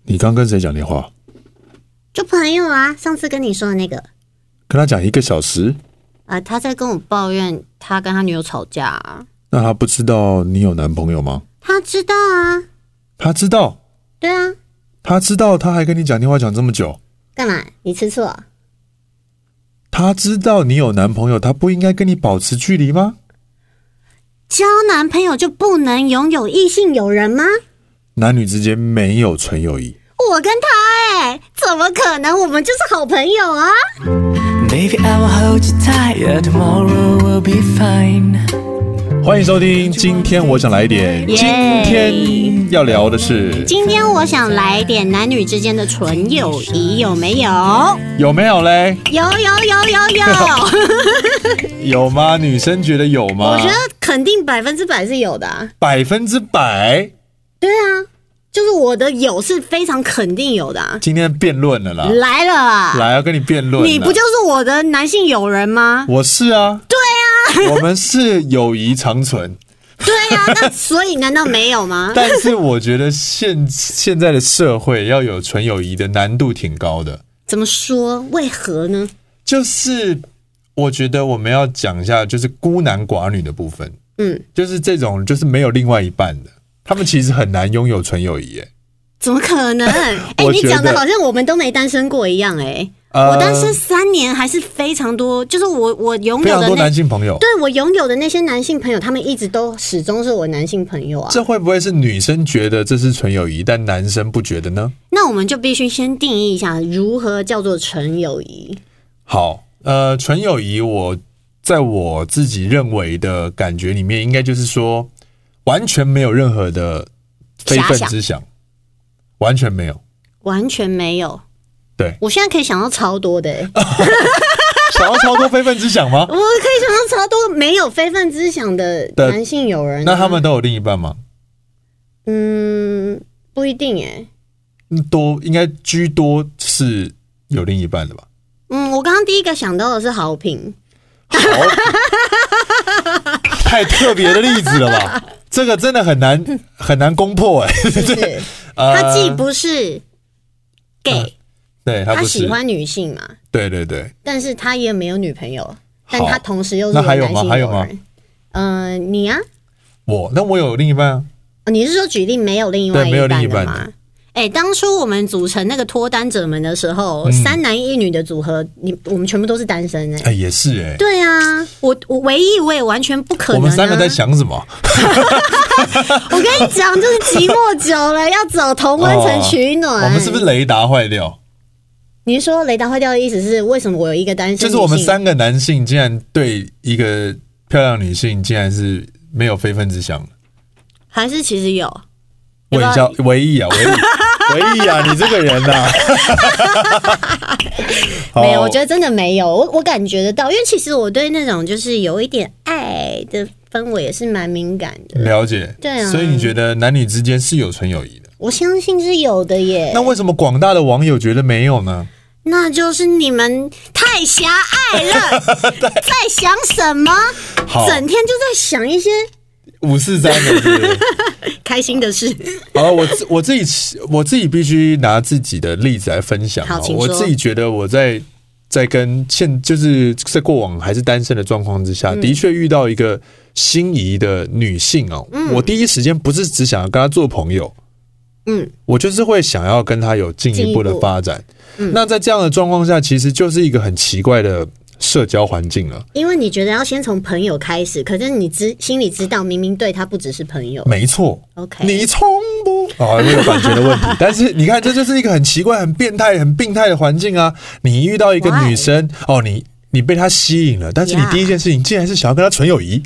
你刚跟谁讲电话？ 就朋友啊，上次跟你说的那个。 跟他讲1个小时？ 他在跟我抱怨他跟他女友吵架啊。 那他不知道你有男朋友吗？ 他知道啊。 他知道？ 对啊。 他知道，他还跟你讲电话讲这么久？ 干嘛？你吃醋？ 他知道你有男朋友，他不应该跟你保持距离吗？ 交男朋友就不能拥有异性友人吗？ 男女之间没有纯友谊。 我跟他怎么可能？我们就是好朋友啊。 Baby, I will hold you tight, tomorrow will be fine. 欢迎收听，今天我想来一点。今天要聊的是， 今天我想来一点男女之间的纯友谊，有没有？ 有没有嘞？ 有。 有吗？女生觉得有吗？ 我觉得肯定100%是有的啊。 100%？ 对啊，就是我的有是非常肯定有的啊。 今天辩论了啦， 来了啦， 来要跟你辩论。 你不就是我的男性友人吗？ 我是啊。 对啊， 我们是友谊长存。 对啊，那所以难道没有吗？ 但是我觉得现在的社会要有纯友谊的难度挺高的。 怎么说？为何呢？ 就是我觉得我们要讲一下，就是孤男寡女的部分。就是这种就是没有另外一半的，他们其实很难拥有纯友谊耶。 怎么可能？你讲的好像我们都没单身过一样我单身3年还是非常多，就是我拥有的非常多男性朋友。 对，我拥有的那些男性朋友，他们一直都始终是我男性朋友啊。 这会不会是女生觉得这是纯友谊，但男生不觉得呢？ 那我们就必须先定义一下，如何叫做纯友谊。 好，纯友谊，在我自己认为的感觉里面，应该就是说完全没有任何的非分之想，完全没有， 完全没有。 对， 我现在可以想到超多的想要超多非分之想吗？ 我可以想到超多没有非分之想的男性友人那他们都有另一半吗？ 不一定应该居多是有另一半的吧？ 我刚刚第一个想到的是豪平。 太特别的例子了吧？这个真的很难攻破是他既不是 gay， 对，他不是， 他喜欢女性嘛？ 对， 但是他也没有女朋友，但他同时又是我那男性友人。 还有吗？ 你啊？ 那我有另一半啊。 你是说举例没有另外一半的吗？ 对，没有另一半的。 当初我们组成那个脱单者们的时候，3男1女的组合，我们全部都是单身也是对啊，我唯一我也完全不可能。 我们3个在想什么？ 我跟你讲，就是寂寞久了，要找同温层取暖。 我们是不是雷达坏掉？ 你说雷达坏掉的意思是为什么我有一个单身女性？ 就是我们3个男性竟然对一个漂亮女性竟然是没有非分之想的，还是其实有？ 问一下唯一啊，你这个人啊。 没有，我觉得真的没有，我感觉得到，因为其实我对那种就是有一点爱的氛围也是蛮敏感的。 了解， 对啊， 所以你觉得男女之间是有纯友谊的？ 我相信是有的耶。 那为什么广大的网友觉得没有呢？ 那就是你们太狭隘了。在想什么？整天就在想一些 543的开心的事。 好，我自己必须拿自己的例子来分享。 好，请说。 我自己觉得我在跟就是在过往还是单身的状况之下，的确遇到一个心仪的女性我第一时间不是只想要跟她做朋友，我就是会想要跟她有进一步的发展。那在这样的状况下，其实就是一个很奇怪的社交环境了，因为你觉得要先从朋友开始，可是你心里知道，明明对他不只是朋友。 没错 ，OK， 你从不会有版权的问题。但是你看，这就是一个很奇怪、很变态、很病态的环境啊！你遇到一个女生，你被她吸引了，但是你第一件事情竟然是想要跟她纯友谊。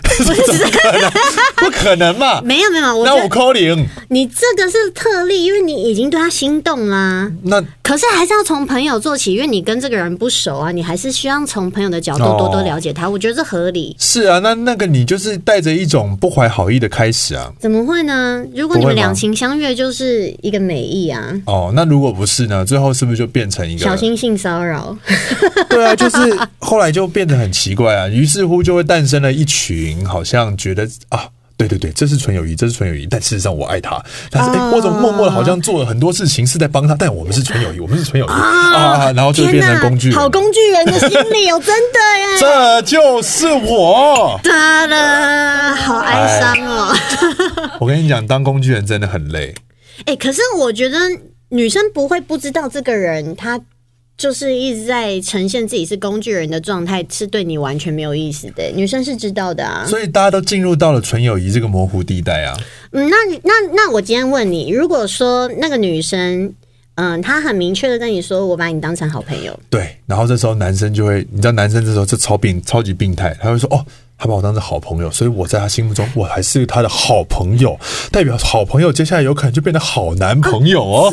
不可能嘛？ 没有， 那我扣零。 你这个是特例，因为你已经对他心动啦。 那可是还是要从朋友做起，因为你跟这个人不熟啊，你还是需要从朋友的角度多多了解他。我觉得这合理。 是啊，那个你就是带着一种不怀好意的开始啊？ 怎么会呢？如果你们两情相悦，就是一个美意啊。 那如果不是呢？最后是不是就变成一个小心性骚扰？ 对啊，就是后来就变得很奇怪啊。于是乎就会诞生了一群好像觉得对对对，这是纯友谊，这是纯友谊，但事实上我爱他，但是我怎么默默的好像做了很多事情是在帮他，但我们是纯友谊，我们是纯友谊然后就变成工具人， 好工具人的心理哦，真的耶， 这就是我， 哒啦，好哀伤哦。 我跟你讲，当工具人真的很累。 可是我觉得女生不会不知道这个人他就是一直在呈现自己是工具人的状态，是对你完全没有意思的。女生是知道的啊， 所以大家都进入到了纯友谊这个模糊地带啊。 那我今天问你，如果说那个女生，她很明确的跟你说，我把你当成好朋友， 对，然后这时候男生就会，你知道男生这时候是超级病态，他会说他把我当成好朋友，所以我在他心目中我还是他的好朋友，代表好朋友接下来有可能就变成好男朋友哦。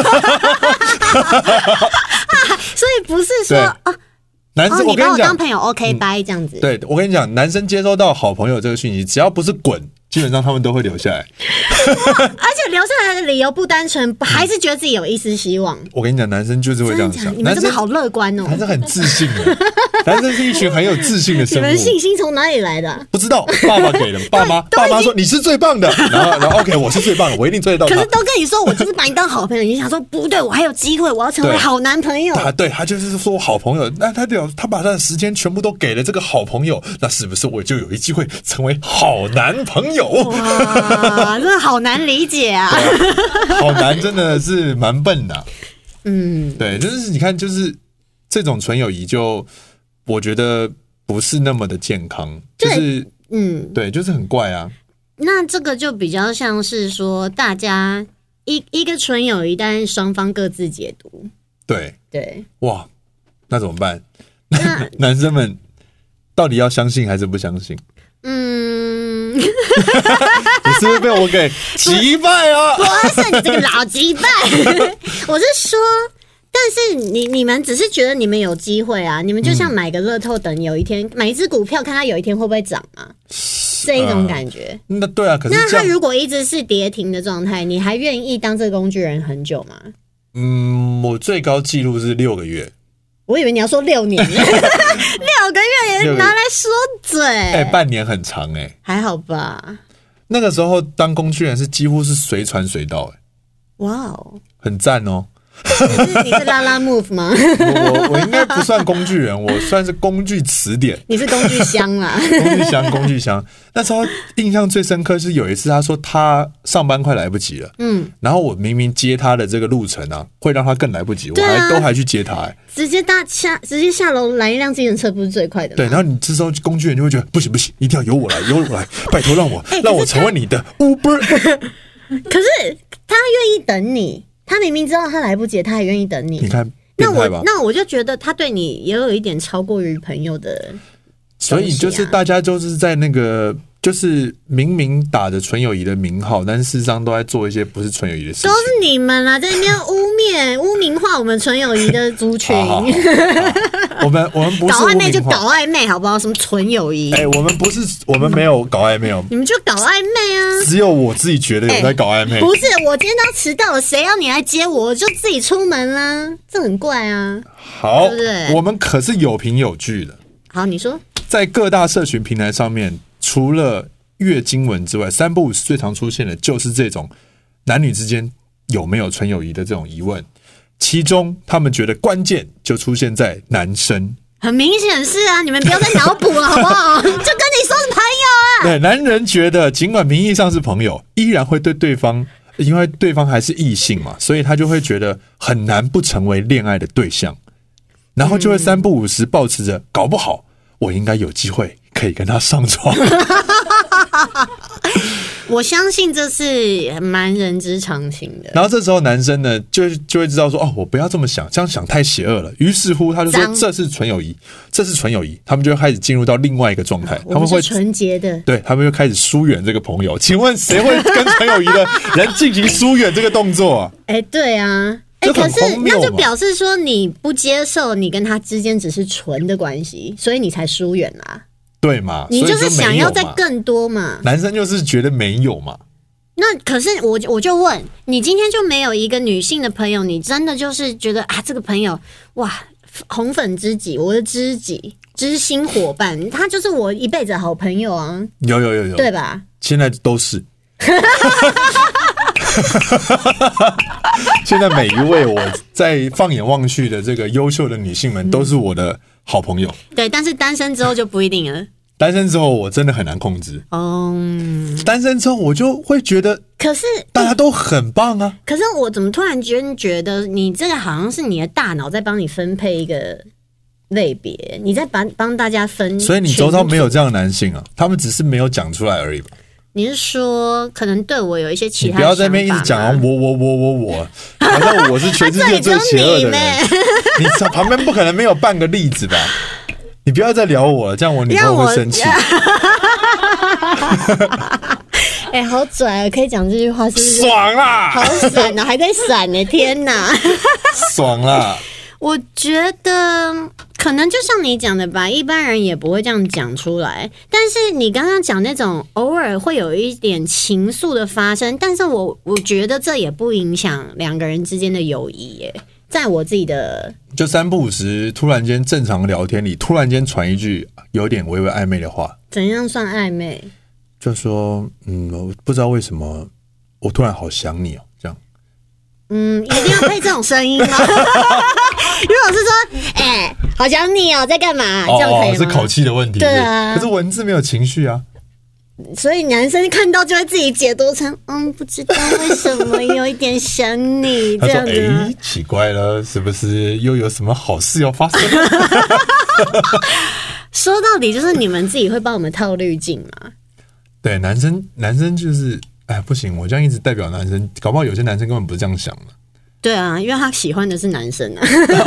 所以不是说男生， 你把我当朋友 OK 拜这样子。 对，我跟你讲，男生接收到好朋友这个讯息，只要不是滚，基本上他们都会留下来。 而且留下来的理由不单纯，还是觉得自己有一丝希望。 我跟你讲，男生就是会这样想。 你们真的好乐观哦！ 男生很自信的，男生是一群很有自信的生物。 你们信心从哪里来的？ 不知道，爸爸给的。爸妈说你是最棒的，然后 OK， 我是最棒的，我一定追得到他。 可是都跟你说，我就是把你当好朋友，你想说不对，我还有机会，我要成为好男朋友。 他就是说好朋友，那他把他的时间全部都给了这个好朋友，那是不是我就有一机会成为好男朋友？ 哇，真的好难理解啊！ 好难真的是蛮笨的。对，就是你看，就是这种纯友谊，就我觉得不是那么的健康，就是对，就是很怪啊。 那这个就比较像是说，大家一个纯友谊，但是双方各自解读。对， 哇，那怎么办？男生们到底要相信还是不相信？你是不是被我给击败了？ 不是，你这个老击败。我是说，但是你们只是觉得你们有机会啊，你们就像买个乐透，等有一天买一只股票，看它有一天会不会涨啊，这一种感觉。 那对啊，可是那它如果一直是跌停的状态，你还愿意当这个工具人很久吗？ 我最高纪录是6个月。 我以为你要说6年，6个月也拿来说嘴。 半年很长还好吧。 那个时候当工具人是几乎是随传随到哇哦， 很赞哦。 你是拉拉 move 吗？ 我应该不算工具人，我算是工具词典。 你是工具箱啦。 工具箱。那时候印象最深刻是有一次，他说他上班快来不及了，然后我明明接他的这个路程啊，会让他更来不及，我还去接他，直接下楼来一辆计程车，不是最快的吗？ 对，然后你这时候工具人就会觉得不行，一定要由我来，拜托让我成为你的 Uber。 可是他愿意等你。他明明知道他来不及，他还愿意等你。 你看，那我就觉得他对你也有一点超过于朋友的。 所以就是大家就是在那个，就是明明打着纯友谊的名号，但是事实上都在做一些不是纯友谊的事情。 都是你们啦，在那边污名化我们纯友谊的族群。 好我们不是搞暧昧就搞暧昧，好不好？什么纯友谊？ 我们没有搞暧昧哦。 你们就搞暧昧啊！ 只有我自己觉得有在搞暧昧。 不是，我今天都迟到了，谁要你来接我？我就自己出门啦，这很怪啊。 好， 对不对？ 我们可是有凭有据的。 好，你说， 在各大社群平台上面，除了月经文之外，3不5时最常出现的就是这种男女之间有没有纯友谊的这种疑问。其中他们觉得关键就出现在男生， 很明显是啊，你们不要再脑补了好不好？就跟你说是朋友啊。 对，男人觉得尽管名义上是朋友，依然会对对方，因为对方还是异性嘛，所以他就会觉得很难不成为恋爱的对象，然后就会3不5时抱持着搞不好我应该有机会可以跟他上床。 我相信这是蛮人之常情的。 然后这时候男生呢就会知道说，我不要这么想，这样想太邪恶了。于是乎他就说这是纯友谊，这是纯友谊。他们就会开始进入到另外一个状态，他们会纯洁的， 对，他们就开始疏远这个朋友。请问谁会跟纯友谊的人进行疏远这个动作啊？ 对啊。可是那就表示说你不接受你跟他之间只是纯的关系，所以你才疏远啦。 对嘛？ 你就是想要再更多嘛？ 男生就是觉得没有嘛。 那可是我就问你，今天就没有一个女性的朋友，你真的就是觉得这个朋友哇，红粉知己，我的知己、知心伙伴，他就是我一辈子的好朋友啊。 有， 对吧？ 现在都是。现在每一位我在放眼望去的这个优秀的女性们，都是我的好朋友。 对，但是单身之后就不一定了。 单身之后我真的很难控制。单身之后我就会觉得， 可是大家都很棒啊。 可是我怎么突然觉得你这个好像是你的大脑在帮你分配一个类别，你在帮大家分。 所以你周遭没有这样的男性啊，他们只是没有讲出来而已吧？ 你是说可能对我有一些其他的想法吗？ 你不要在那边一直讲啊，我，好像我是全世界最邪恶的人。你旁边不可能没有半个例子吧？你不要再聊我了，这样我女朋友会生气。 哎、好拽啊！可以讲这句话是不是？ 爽啦！ 好闪啊，还在闪呢！天哪， 爽啦！ 我觉得可能就像你讲的吧，一般人也不会这样讲出来。但是你刚刚讲那种偶尔会有一点情愫的发生，但是我觉得这也不影响两个人之间的友谊耶。在我自己的就三不五时，突然间正常聊天里，突然间传一句有点微微暧昧的话， 怎样算暧昧？ 就说我不知道为什么我突然好想你哦，这样。 一定要配这种声音吗？如果是说，好想你哦，在干嘛？这样可以吗？ 是口气的问题。 对啊， 可是文字没有情绪啊。 所以男生看到就会自己解读成，不知道为什么有一点想你这样子。 奇怪了，是不是又有什么好事要发生？ 说到底就是你们自己会帮我们套滤镜嘛？ 对，男生就是，不行，我这样一直代表男生，搞不好有些男生根本不是这样想的。 对啊，因为他喜欢的是男生啊。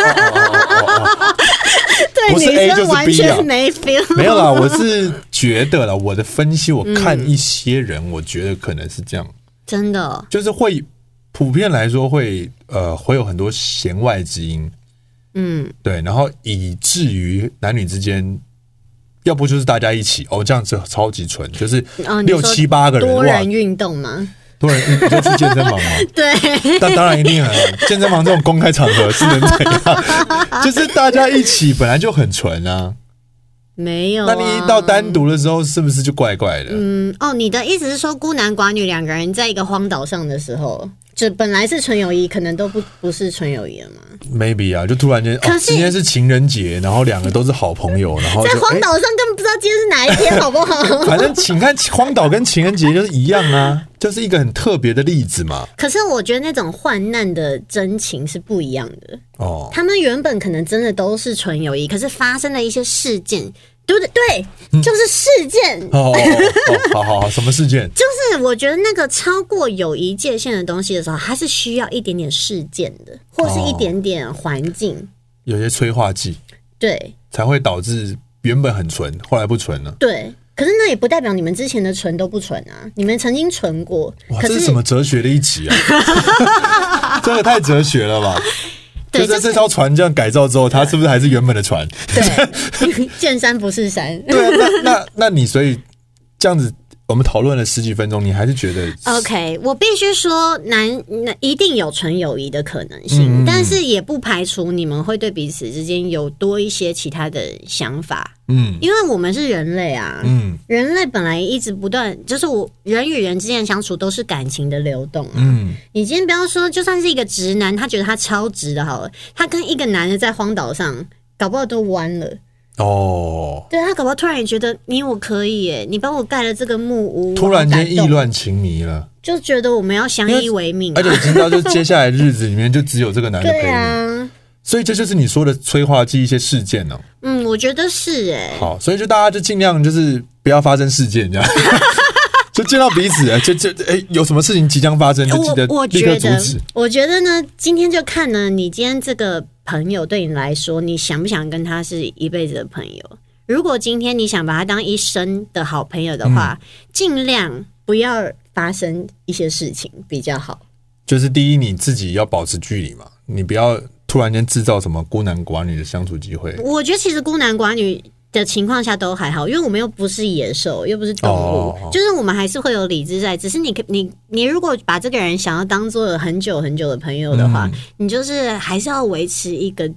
对，不是 A 就是 B 啊， 完全没 feel。 没有啦，我是觉得啦，我的分析，我看一些人，我觉得可能是这样， 真的， 就是会普遍来说会有很多弦外之音，对，然后以至于男女之间。要不就是大家一起这样子超级纯，就是6、7、8个人多人运动吗？ 多人你就去健身房吗？ 对， 但当然一定很健身房这种公开场合是能怎样？就是大家一起本来就很纯啊， 没有、 那你一到单独的时候，是不是就怪怪的？ 你的意思是说孤男寡女两个人在一个荒岛上的时候？就本来是纯友谊，可能都不是纯友谊了吗 ？Maybe 啊，就突然间，今天是情人节，然后两个都是好朋友，然后在荒岛上根本不知道今天是哪一天，好不好？ 反正请看荒岛跟情人节就是一样啊，就是一个很特别的例子嘛。 可是我觉得那种患难的真情是不一样的他们原本可能真的都是纯友谊，可是发生了一些事件。对不对？对，就是事件。 好，什么事件？ 就是我觉得那个超过友谊界限的东西的时候，它是需要一点点事件的，或是一点点环境， 有些催化剂， 对， 才会导致原本很纯，后来不纯了。 对，可是那也不代表你们之前的纯都不纯啊，你们曾经纯过。 哇，这是什么哲学的一集啊？这个太哲学了吧？对，就是这艘船这样改造之后，它是不是还是原本的船？ 对，见山不是山。 对啊，那你所以这样子，我们讨论了10几分钟，你还是觉得 OK？ 我必须说，一定有纯友谊的可能性，但是也不排除你们会对彼此之间有多一些其他的想法。因为我们是人类啊，人类本来一直不断，就是人与人之间的相处都是感情的流动啊。你今天不要说，就算是一个直男，他觉得他超直的好了，他跟一个男的在荒岛上，搞不好都弯了。对，他搞不好突然也觉得你我可以耶，你帮我盖了这个木屋， 突然间意乱情迷了， 就觉得我们要相依为命而且知道就接下来日子里面就只有这个男的陪你。 对啊， 所以这就是你说的催化剂一些事件哦。 我觉得是好，所以就大家就尽量就是不要发生事件这样。就见到彼此，有什么事情即将发生，就记得立刻阻止。 我觉得呢，今天就看呢，你今天这个朋友对你来说，你想不想跟他是一辈子的朋友？如果今天你想把他当一生的好朋友的话，尽量不要发生一些事情比较好。 就是第一，你自己要保持距离嘛，你不要突然间制造什么孤男寡女的相处机会。 我觉得其实孤男寡女的情况下都还好，因为我们又不是野兽，又不是动物，就是我们还是会有理智在。只是你如果把这个人想要当做很久很久的朋友的话，你就是还是要维持一个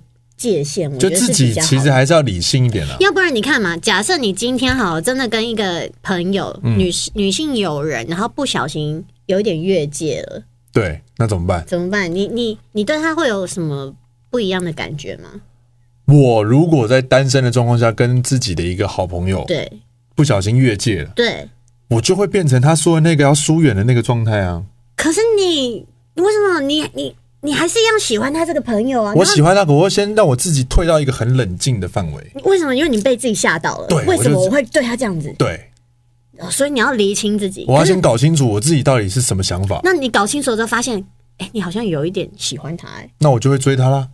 界限，我就觉得是自己比较好的。 其实还是要理性一点啊。 要不然你看嘛，假设你今天好真的跟一个朋友、女性友人，然后不小心有一点越界了， 对，那怎么办？ 怎么办？你对他会有什么不一样的感觉吗？ 我如果在单身的状况下跟自己的一个好朋友对不小心越界了， 对， 我就会变成他说的那个要疏远的那个状态啊。 可是你为什么你还是一样喜欢他这个朋友啊？ 我喜欢他，可我会先让我自己退到一个很冷静的范围。 为什么？因为你被自己吓到了。 对， 为什么我会对他这样子？ 对， 所以你要厘清自己。 我要先搞清楚我自己到底是什么想法。 那你搞清楚之后发现，你好像有一点喜欢他， 那我就会追他啦。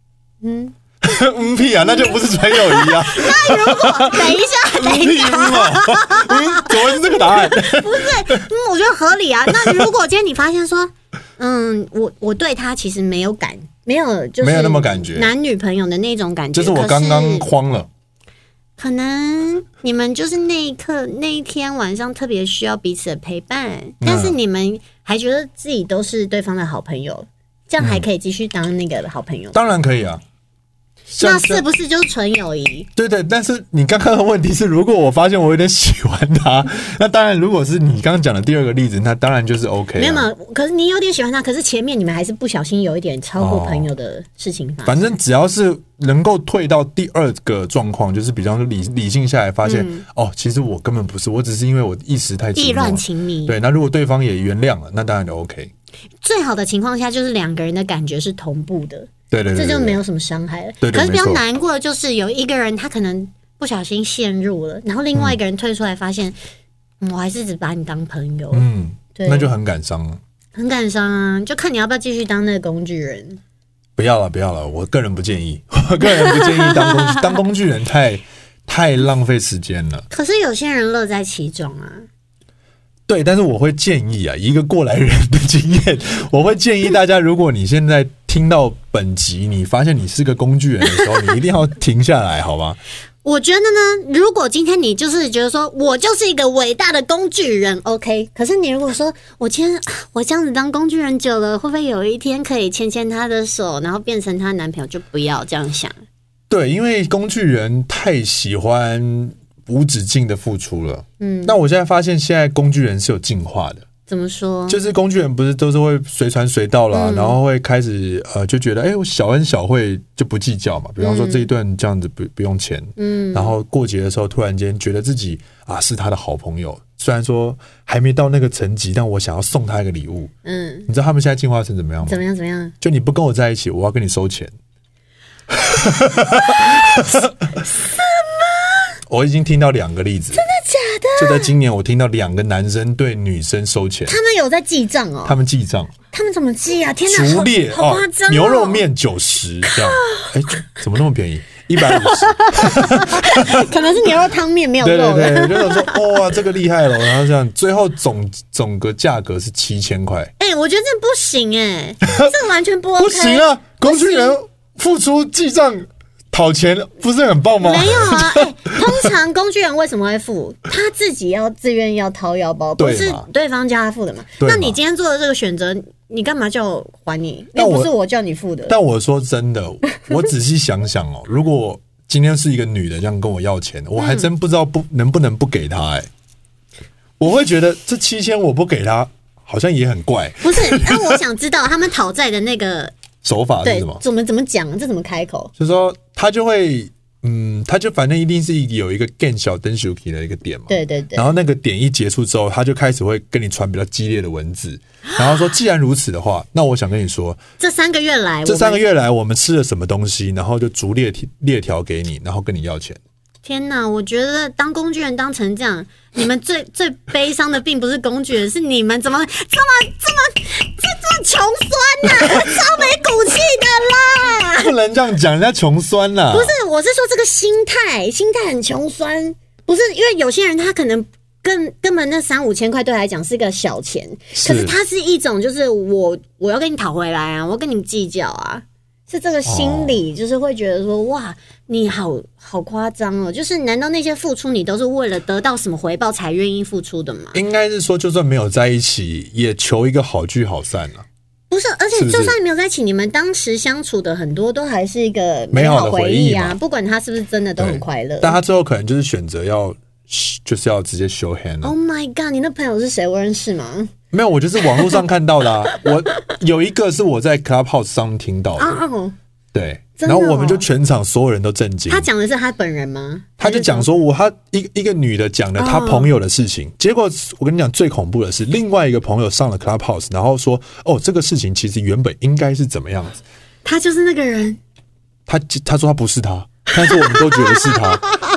屁啊，那就不是纯友谊啊。 那如果等一下， 怎么会是这个答案？ 不是，我觉得合理啊。那如果今天你发现说，我对他其实没有就是没有那么感觉， 男女朋友的那种感觉， 就是我刚刚慌了。 可能你们就是那一天晚上特别需要彼此的陪伴，但是你们还觉得自己都是对方的好朋友，这样还可以继续当那个好朋友。 当然可以啊。 那是不是就是纯友谊？ 对，但是你刚刚的问题是，如果我发现我有点喜欢他，那当然，如果是你刚刚讲的第二个例子，那当然就是 OK。 没有，可是你有点喜欢他，可是前面你们还是不小心有一点超过朋友的事情发生。 反正只要是能够退到第二个状况，就是比方说理性下来，发现其实我根本不是，我只是因为我一时太意乱情迷。 对，那如果对方也原谅了，那当然就 OK。 最好的情况下就是两个人的感觉是同步的。 对，这就没有什么伤害了。 对， 可是比较难过的就是有一个人他可能不小心陷入了，然后另外一个人退出来发现，我还是只把你当朋友。对， 那就很感伤了， 很感伤啊！就看你要不要继续当那个工具人。 不要了，我个人不建议，当工具人太浪费时间了。 可是有些人乐在其中啊。 对，但是我会建议啊，一个过来人的经验，我会建议大家，如果你现在听到本集，你发现你是个工具人的时候，你一定要停下来，好吗？ 我觉得呢，如果今天你就是觉得说我就是一个伟大的工具人 ，OK。可是你如果说我今天我这样子当工具人久了，会不会有一天可以牵牵他的手，然后变成他男朋友？就不要这样想。 对，因为工具人太喜欢无止境的付出了。那我现在发现，现在工具人是有进化的。 怎么说？ 就是工具人不是都是会随传随到啦，然后会开始就觉得我小恩小惠就不计较嘛。比方说这一顿这样子不用钱，然后过节的时候突然间觉得自己是他的好朋友，虽然说还没到那个层级，但我想要送他一个礼物。你知道他们现在进化成怎么样吗？ 怎么样？就你不跟我在一起，我要跟你收钱。什么？我已经听到2个例子， 真的假的？ 就在今年，我听到2个男生对女生收钱。 他们有在记账哦？ 他们记账？ 他们怎么记啊？天哪， 竹列好夸张！ 牛肉面90这样，怎么那么便宜？150， 可能是牛肉汤面没有肉。 对，就想说哇，这个厉害了。然后这样，最后总个价格是7000块。 我觉得这不行这完全不 OK。 不行啊！工具人付出记账。讨钱不是很棒吗？ 没有啊，通常工具人为什么会付？他自己要自愿要掏腰包，不是对方叫他付的嘛？那你今天做的这个选择，你干嘛叫我还你？又不是我叫你付的。 但我说真的，我仔细想想如果今天是一个女的这样跟我要钱，我还真不知道能不能不给她。我会觉得这7000我不给她，好像也很怪。 不是，那我想知道他们讨债的那个。 手法是什么？ 怎么讲？这怎么开口？ 就是说，他就会，他就反正一定是有一个 gain 小灯 shuki 的一个点嘛。 对。 然后那个点一结束之后，他就开始会跟你传比较激烈的文字，然后说，既然如此的话，那我想跟你说， 这3个月来我们吃了什么东西，然后就逐列条给你，然后跟你要钱。 天哪！我觉得当工具人当成这样，你们最悲伤的并不是工具人，是你们怎么穷酸呐，超没骨气的啦！ 不能这样讲，人家穷酸啦。 不是，我是说这个心态很穷酸。不是因为有些人他可能根本那3-5千块对他来讲是个小钱，可是他是一种就是我要跟你讨回来啊，我要跟你计较啊。是这个心理，就是会觉得说，哇，你好夸张哦！就是难道那些付出你都是为了得到什么回报才愿意付出的吗？ 应该是说，就算没有在一起，也求一个好聚好散啊。 不是，而且是不是就算没有在一起，你们当时相处的很多都还是一个美好的回回忆嘛啊，不管他是不是真的都很快乐。 但他最后可能就是选择就是要直接 show hand 了。 Oh my god！ 你那朋友是谁？我认识吗？ 没有，我就是网络上看到的啊。我有一个是我在 Clubhouse 上面听到的，对，然后我们就全场所有人都震惊。 他讲的是他本人吗？ 他就讲说他一个女的讲了她朋友的事情，结果我跟你讲最恐怖的是，另外一个朋友上了 Clubhouse， 然后说这个事情其实原本应该是怎么样子。 他就是那个人。 他说他不是他，但是我们都觉得是他。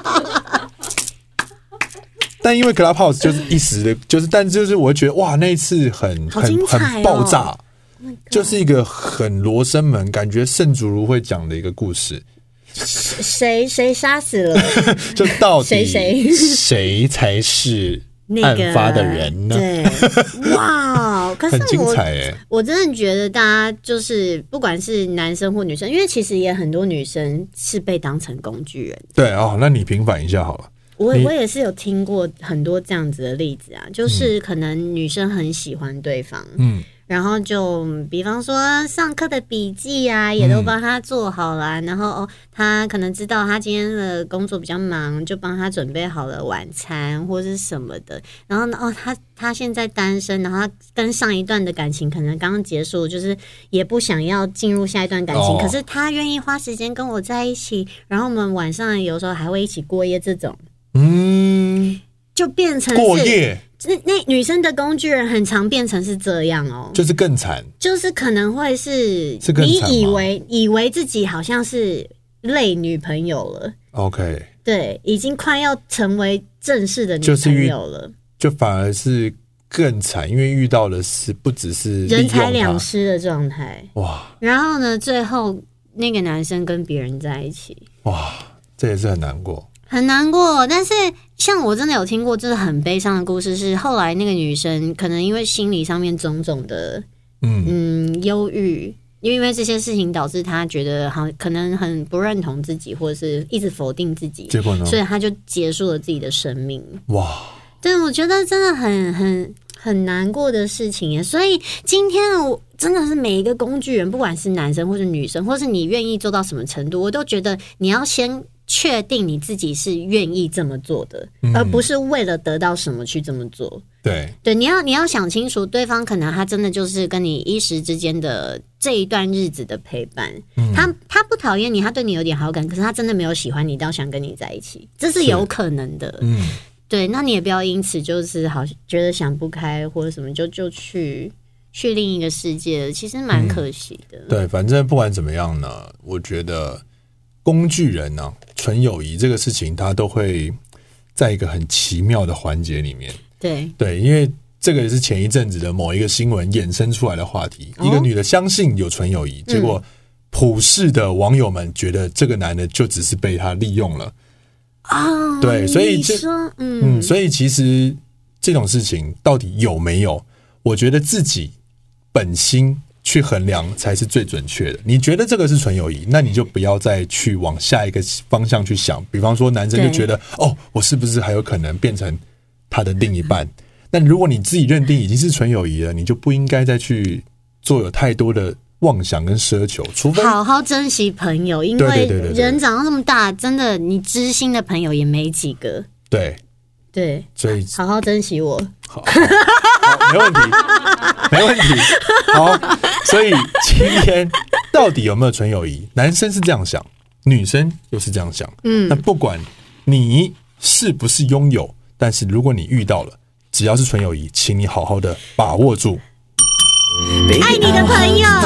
但因为 Clubhouse 就是一时的，但就是我会觉得哇，那一次很爆炸。就是一个很罗生门，感觉圣主如会讲的一个故事。 谁杀死了？ 就到底谁才是案发的人呢？ 对，哇，可是很精彩我真的觉得大家就是不管是男生或女生，因为其实也很多女生是被当成工具人。 对那你平反一下好了。 我也是有听过很多这样子的例子啊，就是可能女生很喜欢对方，然后就比方说上课的笔记啊，也都帮他做好了，然后他可能知道他今天的工作比较忙，就帮他准备好了晚餐或是什么的。然后他现在单身，然后他跟上一段的感情可能刚刚结束，就是也不想要进入下一段感情，可是他愿意花时间跟我在一起，然后我们晚上有时候还会一起过夜，这种就变成是过夜。 那女生的工具人很常变成是这样就是更惨， 就是可能会是你以为自己好像是类女朋友了 ，OK， 对，已经快要成为正式的女朋友了， 就反而是更惨，因为遇到的是不只是人财两失的状态， 哇！ 然后呢，最后那个男生跟别人在一起， 哇，这也是很难过。 很难过，但是像我真的有听过就是很悲伤的故事，是后来那个女生可能因为心理上面种种的忧郁，因为这些事情导致她觉得可能很不认同自己，或者是一直否定自己， 结果呢， 所以她就结束了自己的生命。 哇！ 对，我觉得真的很难过的事情耶。所以今天我真的是每一个工具人，不管是男生或是女生，或是你愿意做到什么程度，我都觉得你要先确定你自己是愿意这么做的，而不是为了得到什么去这么做。对，你要想清楚，对方可能他真的就是跟你一时之间的这一段日子的陪伴，他不讨厌你，他对你有点好感，可是他真的没有喜欢你到想跟你在一起，这是有可能的。对，那你也不要因此就是好觉得想不开或者什么，就去另一个世界了，其实蛮可惜的。 对，反正不管怎么样呢，我觉得工具人呢，纯友谊这个事情，它都会在一个很奇妙的环节里面。对，因为这个也是前一阵子的某一个新闻衍生出来的话题。一个女的相信有纯友谊，结果普世的网友们觉得这个男的就只是被他利用了。对，所以所以其实这种事情到底有没有，我觉得自己本心去衡量才是最准确的。你觉得这个是纯友谊，那你就不要再去往下一个方向去想。比方说男生就觉得我是不是还有可能变成他的另一半？但如果你自己认定已经是纯友谊了，你就不应该再去做有太多的妄想跟奢求，除非好好珍惜朋友，因为人长到这么大，真的你知心的朋友也没几个。对， 所以好好珍惜我。 好，没问题，没问题。好，所以今天到底有没有纯友谊？男生是这样想，女生又是这样想。那不管你是不是拥有，但是如果你遇到了，只要是纯友谊，请你好好的把握住。 爱你的朋友，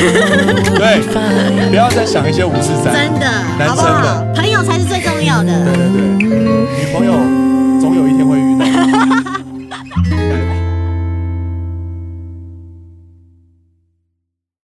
对，不要再想一些543， 真的， 男生的好不好？朋友才是最重要的。